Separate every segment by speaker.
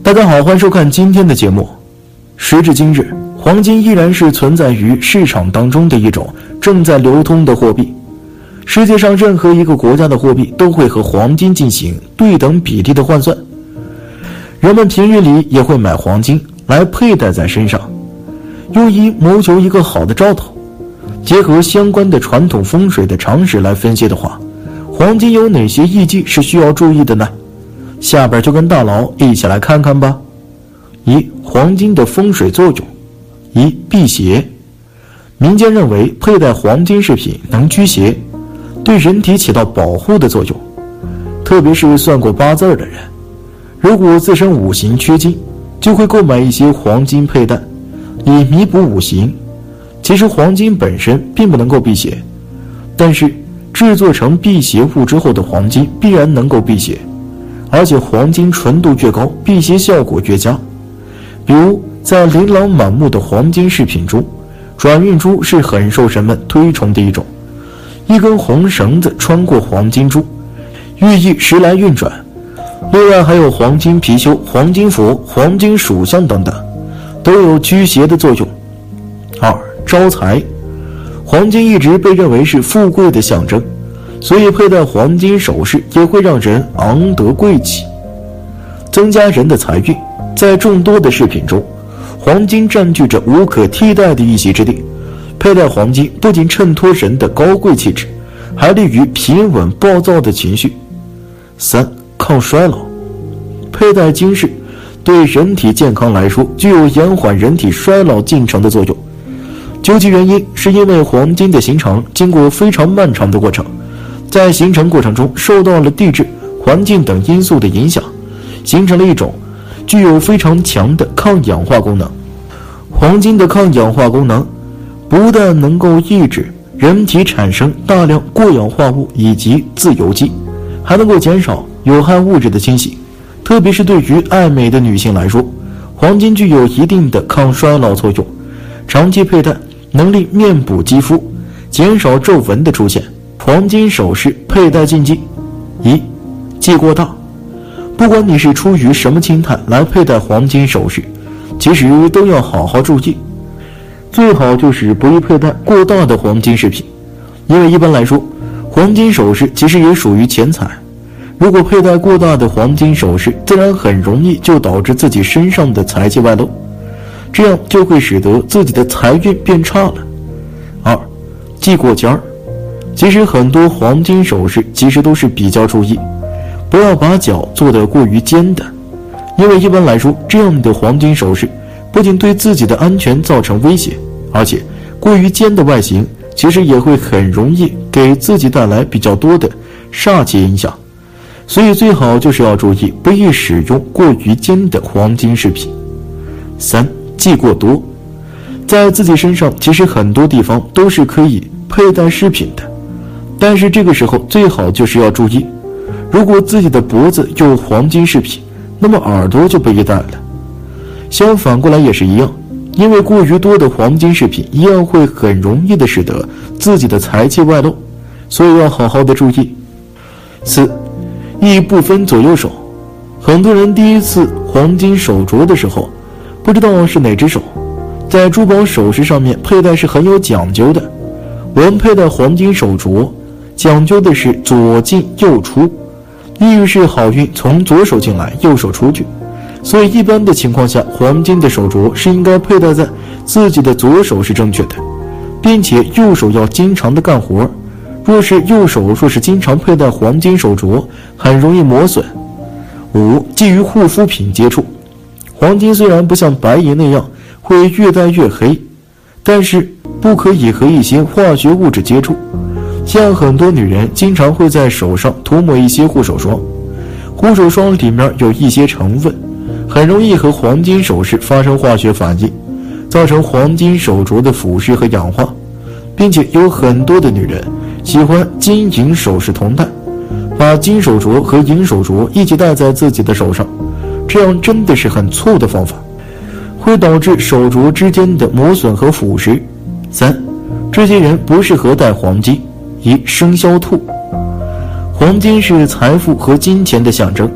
Speaker 1: 大家好，欢迎收看今天的节目。时至今日，黄金依然是存在于市场当中的一种正在流通的货币。世界上任何一个国家的货币都会和黄金进行对等比例的换算。人们平日里也会买黄金来佩戴在身上，用以谋求一个好的兆头。结合相关的传统风水的常识来分析的话，黄金有哪些艺伎是需要注意的呢？下边就跟大佬一起来看看吧。一、黄金的风水作用。一、辟邪。民间认为佩戴黄金饰品能驱邪，对人体起到保护的作用。特别是算过八字的人，如果自身五行缺金，就会购买一些黄金佩戴，以弥补五行。其实黄金本身并不能够辟邪，但是制作成辟邪物之后的黄金必然能够辟邪，而且黄金纯度越高，辟邪效果越佳。比如在琳琅满目的黄金饰品中，转运珠是很受人们推崇的一种。一根红绳子穿过黄金珠，寓意时来运转。另外还有黄金貔貅、黄金佛、黄金属相等等，都有驱邪的作用。二、招财。黄金一直被认为是富贵的象征，所以佩戴黄金首饰也会让人昂得贵气，增加人的财运。在众多的饰品中，黄金占据着无可替代的一席之地。佩戴黄金不仅衬托人的高贵气质，还利于平稳暴躁的情绪。三、抗衰老。佩戴金饰对人体健康来说具有延缓人体衰老进程的作用。究其原因，是因为黄金的形成经过非常漫长的过程，在形成过程中受到了地质、环境等因素的影响，形成了一种具有非常强的抗氧化功能。黄金的抗氧化功能不但能够抑制人体产生大量过氧化物以及自由基，还能够减少有害物质的侵袭。特别是对于爱美的女性来说，黄金具有一定的抗衰老作用，长期佩戴能力面补肌肤，减少皱纹的出现。黄金首饰佩戴禁忌。一、忌过大。不管你是出于什么心态来佩戴黄金首饰，其实都要好好注意，最好就是不宜佩戴过大的黄金饰品。因为一般来说，黄金首饰其实也属于钱财，如果佩戴过大的黄金首饰，自然很容易就导致自己身上的财气外露，这样就会使得自己的财运变差了。二、忌过尖儿。其实很多黄金首饰其实都是比较注意，不要把脚做得过于尖的，因为一般来说，这样的黄金首饰不仅对自己的安全造成威胁，而且过于尖的外形其实也会很容易给自己带来比较多的煞气影响，所以最好就是要注意不宜使用过于尖的黄金饰品。三、忌过多。在自己身上其实很多地方都是可以佩戴饰品的，但是这个时候最好就是要注意，如果自己的脖子有黄金饰品，那么耳朵就不宜戴了。相反过来也是一样，因为过于多的黄金饰品一样会很容易的使得自己的财气外露，所以要好好的注意。四、亦不分左右手。很多人第一次黄金手镯的时候，不知道是哪只手。在珠宝首饰上面佩戴是很有讲究的，我们佩戴黄金手镯讲究的是左进右出，预示好运从左手进来右手出去，所以一般的情况下，黄金的手镯是应该佩戴在自己的左手是正确的，并且右手要经常的干活。若是右手经常佩戴黄金手镯，很容易磨损。五、忌与护肤品接触。黄金虽然不像白银那样会越戴越黑，但是不可以和一些化学物质接触。像很多女人经常会在手上涂抹一些护手霜，护手霜里面有一些成分，很容易和黄金首饰发生化学反应，造成黄金手镯的腐蚀和氧化，并且有很多的女人喜欢金银首饰同戴，把金手镯和银手镯一起戴在自己的手上，这样真的是很错的方法，会导致手镯之间的磨损和腐蚀。三、这些人不适合戴黄金。一、生肖兔。黄金是财富和金钱的象征，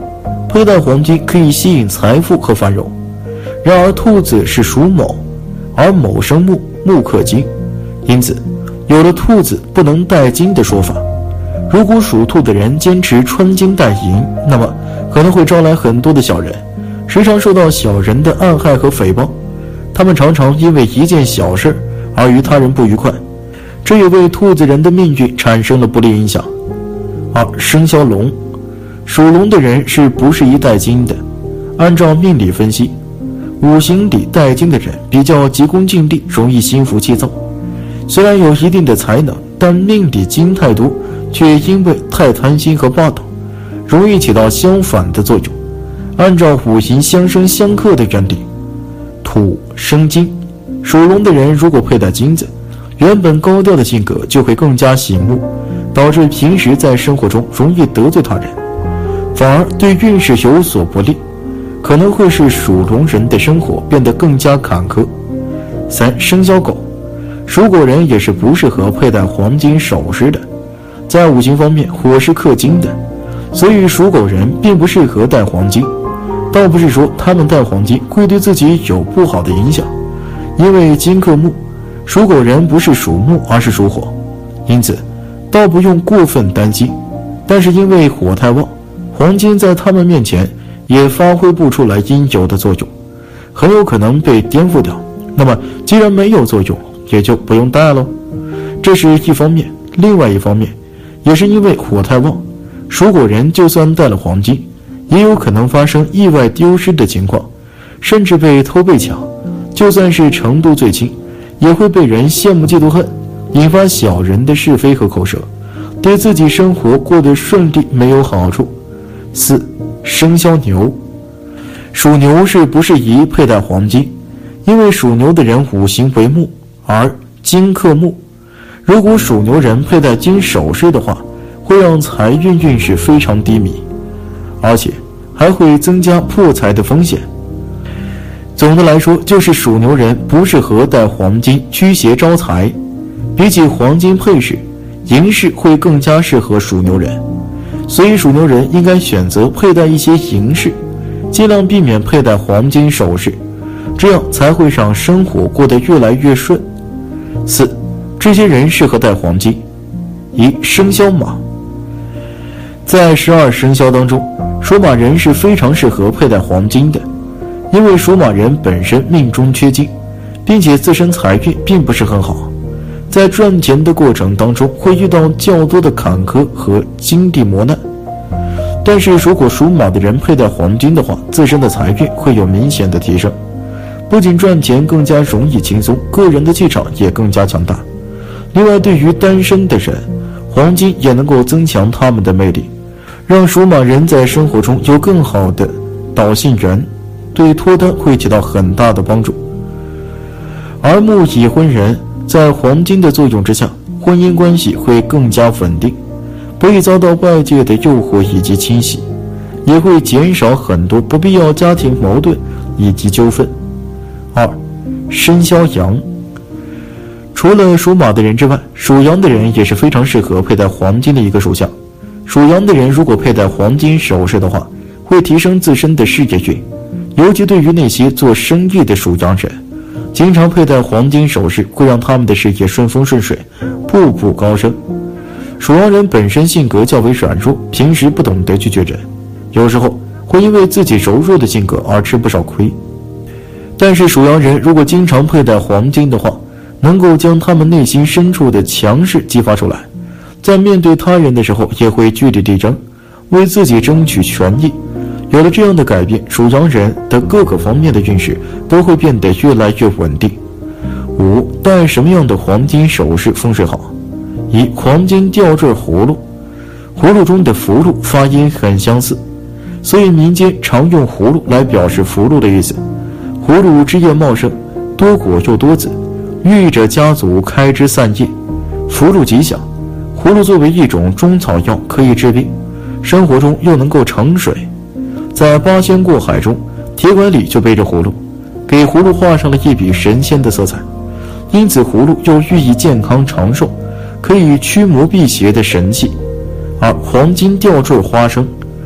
Speaker 1: 佩戴黄金可以吸引财富和繁荣。然而兔子是属卯，而卯生木，木克金，因此有了兔子不能戴金的说法。如果属兔的人坚持穿金戴银，那么可能会招来很多的小人，时常受到小人的暗害和诽谤。他们常常因为一件小事而与他人不愉快，这也为兔子人的命运产生了不利影响。2. 生肖龙，属龙的人是不适宜戴金的。按照命理分析，五行里带金的人比较急功近利，容易心浮气躁。虽然有一定的才能，但命里金太多，却因为太贪心和霸道，容易起到相反的作用。按照五行相生相克的原理，土生金，属龙的人如果佩戴金子，原本高调的性格就会更加醒目，导致平时在生活中容易得罪他人，反而对运势有所不利，可能会使属龙人的生活变得更加坎坷。3. 生肖狗，属狗人也是不适合佩戴黄金首饰的。在五行方面，火是克金的，所以属狗人并不适合戴黄金。倒不是说他们戴黄金会对自己有不好的影响，因为金克木，属狗人不是属木而是属火，因此倒不用过分担心。但是因为火太旺，黄金在他们面前也发挥不出来应有的作用，很有可能被颠覆掉。那么既然没有作用，也就不用戴了。这是一方面，另外一方面也是因为火太旺，属狗人就算戴了黄金，也有可能发生意外丢失的情况，甚至被偷被抢。就算是程度最轻，也会被人羡慕嫉妒恨，引发小人的是非和口舌，对自己生活过得顺利没有好处。4. 生肖牛，属牛是不适宜佩戴黄金，因为属牛的人五行为木，而金克木。如果属牛人佩戴金首饰的话，会让财运运势非常低迷，而且还会增加破财的风险。总的来说，就是属牛人不适合戴黄金驱邪招财，比起黄金配饰，银饰会更加适合属牛人，所以属牛人应该选择佩戴一些银饰，尽量避免佩戴黄金首饰，这样才会让生活过得越来越顺。4. 这些人适合戴黄金。1. 生肖马，在12生肖当中，属马人是非常适合佩戴黄金的，因为属马人本身命中缺金，并且自身财运并不是很好，在赚钱的过程当中会遇到较多的坎坷和经历磨难。但是如果属马的人佩戴黄金的话，自身的财运会有明显的提升，不仅赚钱更加容易轻松，个人的气场也更加强大。另外，对于单身的人，黄金也能够增强他们的魅力，让属马人在生活中有更好的导信源，对脱单会起到很大的帮助。而木已婚人在黄金的作用之下，婚姻关系会更加稳定，不易遭到外界的诱惑以及侵袭，也会减少很多不必要家庭矛盾以及纠纷。2. 生肖羊，除了属马的人之外，属羊的人也是非常适合佩戴黄金的一个属相。属羊的人如果佩戴黄金首饰的话，会提升自身的事业运，尤其对于那些做生意的属羊人，经常佩戴黄金首饰会让他们的事业顺风顺水，步步高升。属羊人本身性格较为软弱，平时不懂得拒绝人，有时候会因为自己柔弱的性格而吃不少亏。但是属羊人如果经常佩戴黄金的话，能够将他们内心深处的强势激发出来，在面对他人的时候也会据理力争，为自己争取权益。有了这样的改变，属羊人的各个方面的运势都会变得越来越稳定。5. 戴什么样的黄金首饰风水好？ 1. 黄金吊坠葫芦，葫芦中的福禄发音很相似，所以民间常用葫芦来表示福禄的意思。葫芦枝叶茂盛，多果又多子，寓意着家族开枝散叶，福禄吉祥。葫芦作为一种中草药，可以治病，生活中又能够盛水。在八仙过海中，铁拐李就背着葫芦，给葫芦画上了一笔神仙的色彩，因此葫芦又寓意健康长寿，可以驱魔辟邪的神器。而黄金吊坠花生，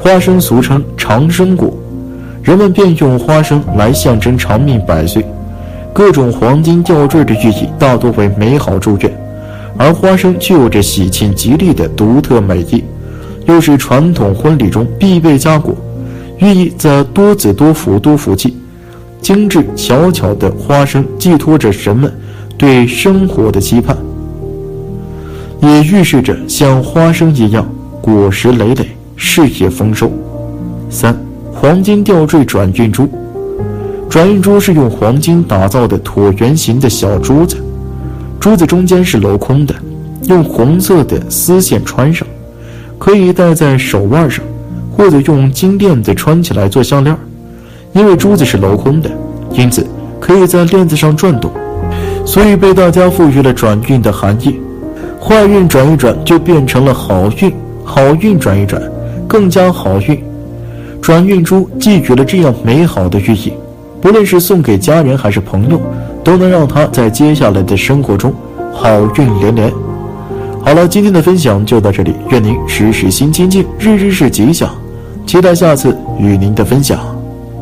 Speaker 1: 花生俗称长生果，人们便用花生来象征长命百岁。各种黄金吊坠的寓意大多为美好祝愿，而花生具有着喜庆吉利的独特美意，又是传统婚礼中必备佳果，寓意在多子多福多福气。精致小巧的花生寄托着人们对生活的期盼，也预示着像花生一样果实累累，事业丰收。3. 黄金吊坠转运珠。转运珠是用黄金打造的椭圆形的小珠子，珠子中间是镂空的，用红色的丝线穿上，可以戴在手腕上，或者用金链子穿起来做项链。因为珠子是镂空的，因此可以在链子上转动，所以被大家赋予了转运的含义。坏运转一转就变成了好运，好运转一转更加好运。转运珠寄予了这样美好的寓意，不论是送给家人还是朋友，都能让他在接下来的生活中好运连连。好了，今天的分享就到这里，愿您时时心清静，日日是吉祥，期待下次与您的分享。